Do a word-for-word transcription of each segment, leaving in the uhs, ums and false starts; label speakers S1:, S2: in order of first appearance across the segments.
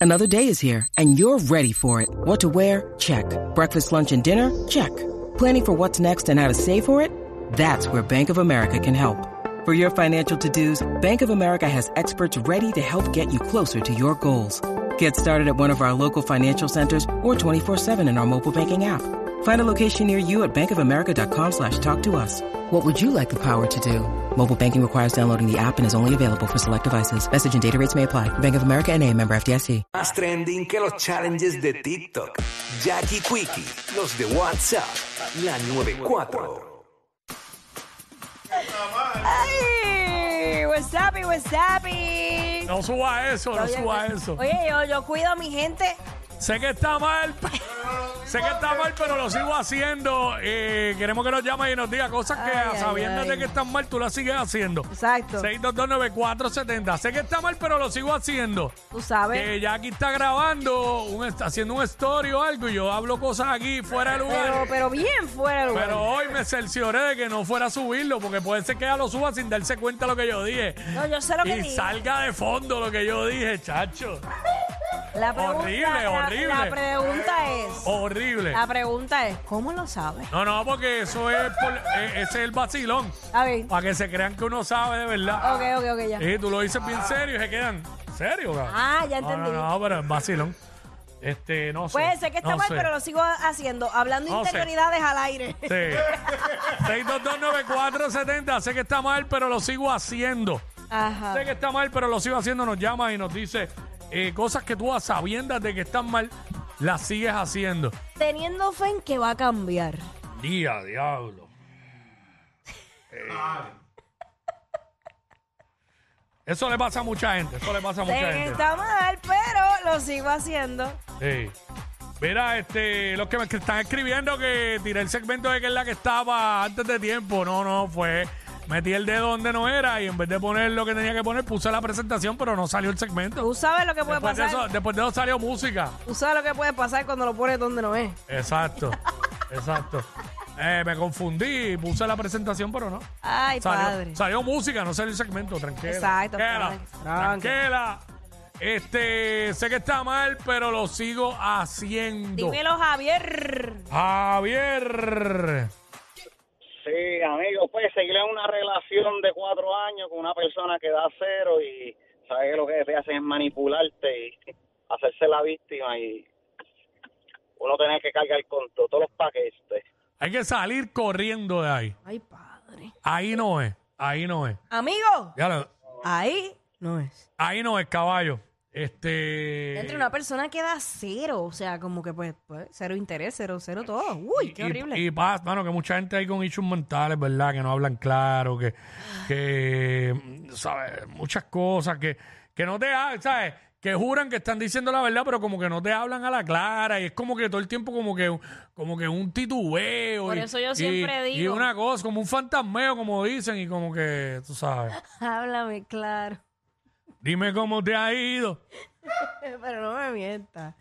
S1: Another day is here, and you're ready for it. What to wear? Check. Breakfast, lunch, and dinner? Check. Planning for what's next and how to save for it? That's where Bank of America can help. For your financial to-dos, Bank of America has experts ready to help get you closer to your goals. Get started at one of our local financial centers or twenty-four seven in our mobile banking app. Find a location near you at bankofamerica.com slash talk to us. What would you like the power to do? Mobile banking requires downloading the app and is only available for select devices. Message and data rates may apply. Bank of America N A, member F D I C.
S2: Más trending que los challenges de TikTok. Jackie Quickie, los de WhatsApp, la noventa y cuatro.
S3: ¡Ay! What's up, what's up?
S4: No suba eso, no
S3: Oye,
S4: suba eso.
S3: Oye, yo, yo cuido a mi gente.
S4: Sé que está mal, sé que está mal, pero lo sigo haciendo. Eh, queremos que nos llame y nos diga cosas que
S3: Ay,
S4: a
S3: ay,
S4: sabiendas
S3: ay.
S4: de que están mal, tú las sigues haciendo.
S3: Exacto.
S4: seis dos dos nueve cuatro siete cero. Sé que está mal, pero lo sigo haciendo.
S3: Tú sabes.
S4: Que ya aquí está grabando, un, est- haciendo un story o algo y yo hablo cosas aquí fuera de lugar.
S3: Pero, pero bien fuera de lugar.
S4: Pero hoy me cercioré de que no fuera a subirlo, porque puede ser que ella lo suba sin darse cuenta de lo que yo dije.
S3: No, yo sé lo que
S4: Y
S3: dije.
S4: salga de fondo lo que yo dije, chacho.
S3: La pregunta,
S4: horrible,
S3: la-
S4: horrible.
S3: La pregunta es...
S4: Horrible.
S3: La pregunta es, ¿cómo lo sabes?
S4: No, no, porque eso es por, eh, ese es el vacilón.
S3: A ver.
S4: Para que se crean que uno sabe de verdad.
S3: Ok, ok, ok, ya.
S4: Y tú lo dices bien serio y se quedan. ¿Serio, cabrón?
S3: Ah, ya
S4: No,
S3: entendí.
S4: no, no, pero es vacilón. Este, no sé.
S3: Puede ser que está
S4: no
S3: mal,
S4: sé.
S3: pero lo sigo haciendo. Hablando
S4: No sé.
S3: interioridades al aire.
S4: Sí. seis dos dos nueve cuatro siete cero. Sé que está mal, pero lo sigo haciendo.
S3: Ajá.
S4: Sé que está mal, pero lo sigo haciendo. Nos llama y nos dice eh, cosas que tú a sabiendas de que están mal, las sigues haciendo.
S3: Teniendo fe en que va a cambiar.
S4: Día, diablo. Eh, eso le pasa a mucha gente. Eso le pasa a
S3: Sé
S4: mucha
S3: que
S4: gente.
S3: está mal, pero lo sigo haciendo.
S4: Sí. Mira, este, los que me que están escribiendo que tiré el segmento de que es la que estaba antes de tiempo. No, no, fue. Metí el dedo donde no era y en vez de poner lo que tenía que poner, puse la presentación, pero no salió el segmento.
S3: Tú sabes lo que puede
S4: Después de,
S3: pasar.
S4: eso, después de eso salió música.
S3: Tú sabes lo que puede pasar cuando lo pones donde no es.
S4: Exacto, exacto. Eh, me confundí, puse la presentación, pero no.
S3: Ay,
S4: Salió,
S3: padre.
S4: salió música, no salió el segmento, tranquila.
S3: Exacto,
S4: Tranquila,
S3: tranqui,
S4: tranquila. Este, sé que está mal, pero lo sigo haciendo.
S3: Dímelo, Javier.
S4: Javier.
S5: Sí, amigo, pues seguir en una relación de cuatro años con una persona que da cero y sabes que lo que te hacen es manipularte y hacerse la víctima y uno tener que cargar con to- todos los paquetes.
S4: Hay que salir corriendo de ahí.
S3: Ay, padre.
S4: Ahí no es, ahí no es.
S3: Amigo,
S4: Ya lo-
S3: ahí no es.
S4: ahí no es, caballo. Este.
S3: Entre una persona que da cero, o sea, como que pues, pues cero interés, cero, cero todo. Uy, qué
S4: Y-
S3: horrible.
S4: Y, pasa, bueno, que mucha gente hay con issues mentales, ¿verdad? Que no hablan claro, que, que ¿sabes? Muchas cosas que, que no te hablan, ¿sabes? Que juran que están diciendo la verdad, pero como que no te hablan a la clara y es como que todo el tiempo como que, como que un titubeo.
S3: Por
S4: y-
S3: eso yo
S4: y-
S3: siempre
S4: Y
S3: digo.
S4: una cosa, como un fantasmeo, como dicen, y como que, tú sabes,
S3: Háblame claro.
S4: dime cómo te ha ido.
S3: Pero no me mientas.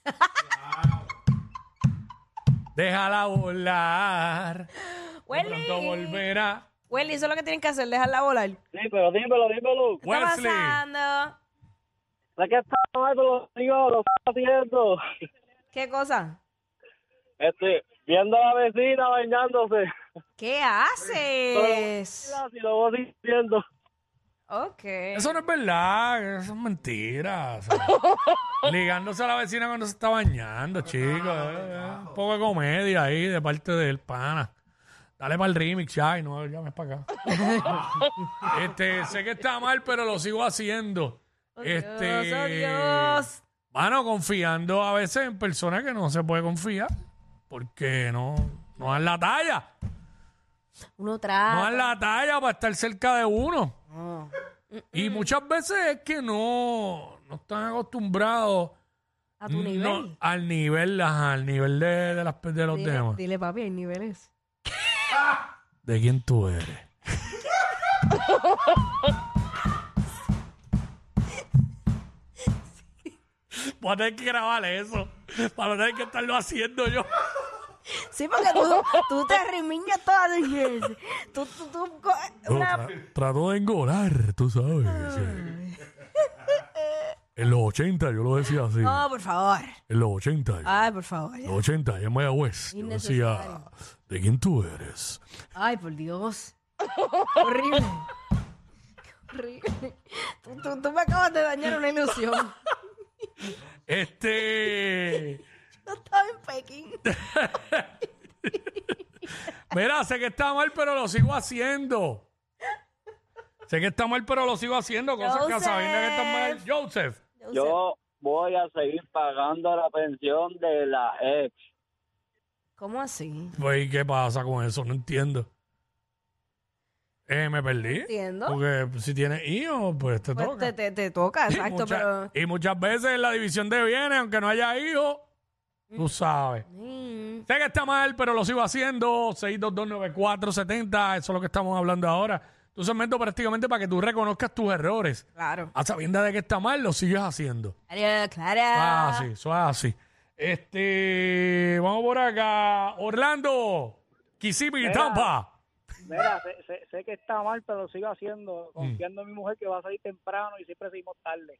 S4: Déjala volar. De
S3: Welly.
S4: pronto volverá.
S3: Welly, eso es lo que tienen que hacer, dejarla volar. ¿Qué
S5: Sí, pero dímelo, dímelo.
S3: está
S4: Wesley.
S3: pasando?
S5: ¿De qué está mal, pero digo, lo está haciendo?
S3: ¿Qué cosa?
S5: Este, viendo a la vecina bañándose.
S3: ¿Qué haces?
S5: Si lo voy diciendo.
S3: Ok.
S4: Eso no es verdad, eso es mentira. o sea, ligándose a la vecina cuando se está bañando, chicos. eh, un poco de comedia ahí de parte del pana. Dale para el remix ya y no llames para acá. este, sé que está mal, pero lo sigo haciendo. este,
S3: Dios, oh Dios.
S4: Bueno, confiando a veces en personas que no se puede confiar. Porque no, no dan la talla.
S3: Uno trata.
S4: No dan la talla para estar cerca de uno.
S3: No.
S4: Y muchas veces es que no, no están acostumbrados
S3: A tu
S4: no,
S3: nivel.
S4: al nivel, ajá, al nivel de, de, las, de los
S3: Dile,
S4: demás.
S3: dile, papi, hay niveles.
S4: ¿De quién tú eres? Voy a tener que grabar eso para no tener que estarlo haciendo yo.
S3: Sí, porque tú, tú te rimiñas todas las veces. Tú, tú, tú, co-
S4: No,
S3: una...
S4: tra- trato de engolar, tú sabes. sí. En los ochenta yo lo decía así.
S3: No, por favor.
S4: En los ochenta.
S3: Ay, por favor.
S4: En los ochenta, allá en Mayagüez. Yo decía,
S3: Innecesario.
S4: ¿de quién tú eres?
S3: Ay, por Dios. Horrible. Horrible. Tú, tú, tú me acabas de dañar una ilusión.
S4: Este...
S3: No estaba en Pekín.
S4: Mira, sé que está mal, pero lo sigo haciendo. Sé que está mal, pero lo sigo haciendo. Cosas que
S3: Joseph.
S4: sabiendo que están mal. Joseph.
S5: Yo voy a seguir pagando la pensión de la ex.
S3: ¿Cómo así?
S4: Pues, ¿y qué pasa con eso? No entiendo. Eh, me perdí.
S3: Entiendo.
S4: Porque si tienes hijos, pues te
S3: Pues
S4: toca.
S3: te, te, te toca,
S4: Y
S3: exacto,
S4: muchas-
S3: pero...
S4: Y muchas veces en la división de bienes, aunque no haya hijos, tú sabes.
S3: Mm,
S4: Sé que está mal, pero lo sigo haciendo. seis dos dos nueve cuatro siete cero. Eso es lo que estamos hablando ahora. Tu segmento prácticamente para que tú reconozcas tus errores.
S3: claro.
S4: A sabiendas de que está mal, lo sigues haciendo.
S3: Claro, claro.
S4: Ah, sí, eso es así. Este, vamos por acá. Orlando, Kissimmee, Tampa.
S6: Mira, sé, sé- sé que está mal, pero lo sigo haciendo, confiando en mi mujer que va a salir temprano y siempre seguimos tarde.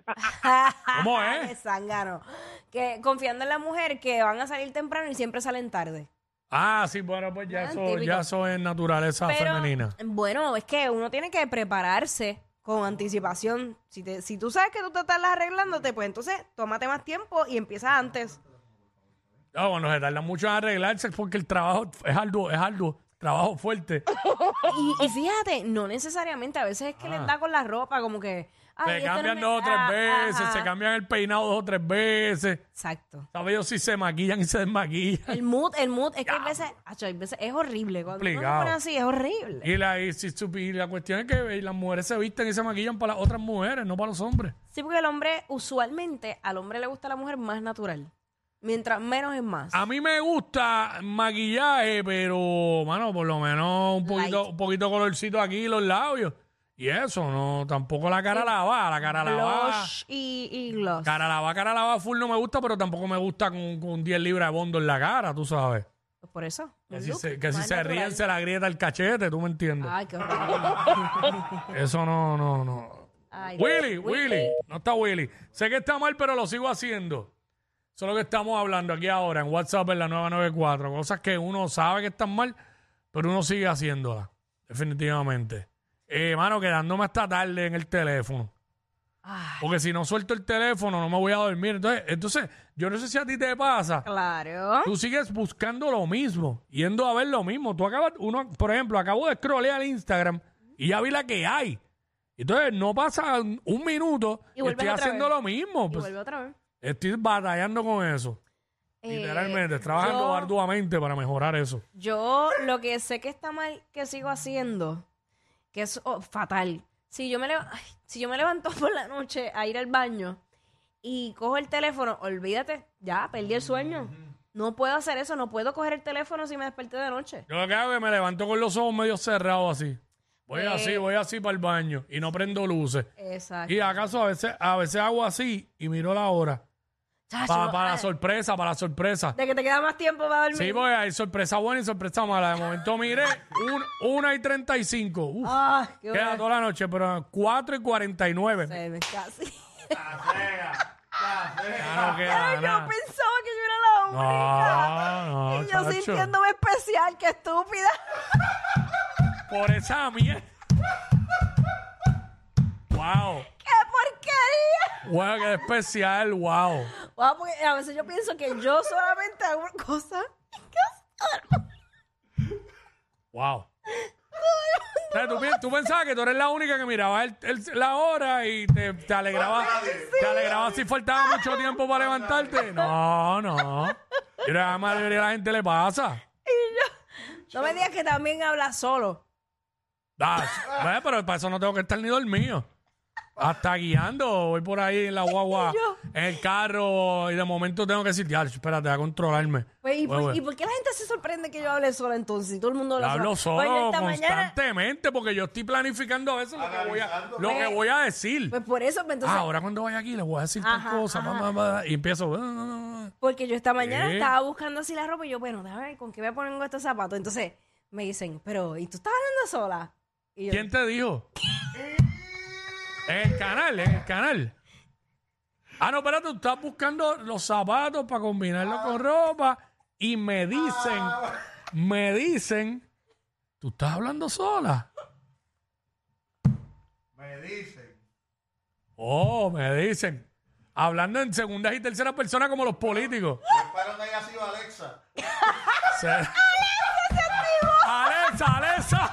S4: ¿Cómo es?
S3: Qué zángano. Que confiando en la mujer que van a salir temprano y siempre salen tarde.
S4: Ah, sí, bueno, pues ya
S3: Ah,
S4: eso,
S3: típico.
S4: ya eso es naturaleza
S3: Pero,
S4: femenina.
S3: bueno, es que uno tiene que prepararse con anticipación. Si, te, si tú sabes que tú te estás arreglándote, pues entonces tómate más tiempo y empieza antes.
S4: Ah, bueno, se tarda mucho en arreglarse porque el trabajo es arduo, es arduo, trabajo fuerte.
S3: Y, y fíjate, no necesariamente, a veces es que les da con la ropa, como que... ay,
S4: Se
S3: esto no
S4: cambian
S3: me-
S4: dos o tres
S3: ah,
S4: veces,
S3: ajá.
S4: se cambian el peinado dos o tres veces.
S3: Exacto.
S4: ¿Sabes yo si se maquillan y se desmaquillan?
S3: El mood, el mood, es que hay veces, acho, hay veces es horrible. Cuando uno se
S4: Complicado.
S3: pone así, es horrible.
S4: Y la, y, si supi- y la cuestión es que las mujeres se visten y se maquillan para las otras mujeres, no para los hombres.
S3: Sí, porque el hombre, usualmente, al hombre le gusta la mujer más natural. Mientras menos es más.
S4: A mí me gusta maquillaje, pero, mano, por lo menos un poquito,
S3: Light.
S4: un poquito colorcito aquí en los labios. Y eso, no, tampoco la cara lavada, la cara lavada.
S3: Blush y, y gloss.
S4: Cara lavada, cara lavada full no me gusta, pero tampoco me gusta con, con diez libras de bondo en la cara, tú sabes.
S3: Pues por eso.
S4: Que
S3: un
S4: si
S3: look
S4: se, que si
S3: más
S4: se
S3: natural.
S4: ríen se la grieta el cachete, tú me entiendes.
S3: Ay, qué horrible.
S4: Eso no, no, no.
S3: Ay,
S4: Willy, Willy, no está Willy. Sé que está mal, pero lo sigo haciendo. Eso es lo que estamos hablando aquí ahora en WhatsApp en la nueve nueve cuatro. Cosas que uno sabe que están mal, pero uno sigue haciéndolas. Definitivamente. Eh, mano, quedándome hasta tarde en el teléfono.
S3: Ay,
S4: Porque si no suelto el teléfono, no me voy a dormir. Entonces, entonces, yo no sé si a ti te pasa.
S3: claro.
S4: Tú sigues buscando lo mismo, yendo a ver lo mismo. Tú acabas, uno, por ejemplo, acabo de scrollear Instagram y ya vi la que hay. Entonces, no pasa un minuto
S3: Y
S4: y,
S3: vuelves
S4: estoy
S3: otra
S4: haciendo
S3: vez.
S4: lo mismo.
S3: Y
S4: Pues,
S3: vuelve otra vez.
S4: estoy batallando con eso.
S3: Eh,
S4: Literalmente, trabajando
S3: yo-
S4: arduamente para mejorar eso.
S3: Yo lo que sé que está mal que sigo haciendo, que es oh, fatal. Si yo, me lev- ay, si yo me levanto por la noche a ir al baño y cojo el teléfono, olvídate, ya, perdí el sueño. No puedo hacer eso, no puedo coger el teléfono si me desperté de noche.
S4: Yo lo que hago es que me levanto con los ojos medio cerrados así. Voy
S3: Eh.
S4: así, voy así para el baño y no prendo luces.
S3: Exacto.
S4: Y acaso a veces, a veces hago así y miro la hora.
S3: Chacho,
S4: Pa- para la
S3: ay,
S4: sorpresa, para la sorpresa.
S3: de que te queda más tiempo para dormir.
S4: Sí, porque hay sorpresa buena y sorpresa mala. De momento miré un, una y treinta y cinco. Uf,
S3: Ay, qué
S4: queda
S3: bueno.
S4: toda la noche, pero cuatro y cuarenta y nueve.
S3: Se me casi.
S4: Ya no queda
S3: Pero yo
S4: nada.
S3: pensaba que yo era la única.
S4: No, no,
S3: y yo
S4: chacho.
S3: sintiéndome especial, qué estúpida.
S4: Por esa mierda. Wow.
S3: ¡Qué porquería!
S4: Wow, qué especial. Wow.
S3: Wow, porque a veces yo pienso que yo solamente hago una cosa.
S4: Wow. O sea, tú, pi- tú pensabas que tú eres la única que miraba el- el- la hora y te, te alegraba te alegraba si faltaba mucho tiempo para levantarte. No, no. Y a la mayoría de la gente le pasa.
S3: No me digas que también hablas solo.
S4: Ah, ve, pero para eso no tengo que estar ni dormido. Hasta guiando, voy por ahí en la guagua, en el carro, y de momento tengo que decir, ya, espérate, a controlarme.
S3: Pues, ¿y, por,
S4: Pues,
S3: ¿Y por qué la gente se sorprende que yo hable sola entonces? Si todo el mundo habla
S4: Yo hablo
S3: sola.
S4: solo
S3: Oye, esta mañana,
S4: constantemente porque yo estoy planificando a veces lo, que voy, a, lo que voy a decir.
S3: pues por eso, pues entonces,
S4: Ah, ahora cuando vaya aquí le voy a decir
S3: Ajá,
S4: tal cosa.
S3: ajá.
S4: pa, pa, pa, y empiezo. ah,
S3: porque yo esta mañana
S4: ¿Qué?
S3: estaba buscando así la ropa y yo, bueno, déjame ver con qué me pongo estos zapatos. Entonces me dicen, pero, ¿y tú estás hablando sola? Y yo,
S4: ¿Quién te dijo? En el canal, en el canal. Ah, no, espérate, tú estás buscando los zapatos para combinarlo con ropa y me dicen, me dicen, ¿tú estás hablando sola?
S7: Me dicen.
S4: Oh, me dicen. Hablando en segundas y terceras personas como los políticos.
S7: Yo espero que haya sido Alexa.
S4: Se- Alexa, Alexa.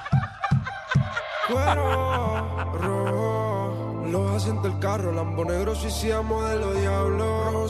S8: Cuero rojo, los asientos del carro, Lambo negro, suicida, modelo diablo.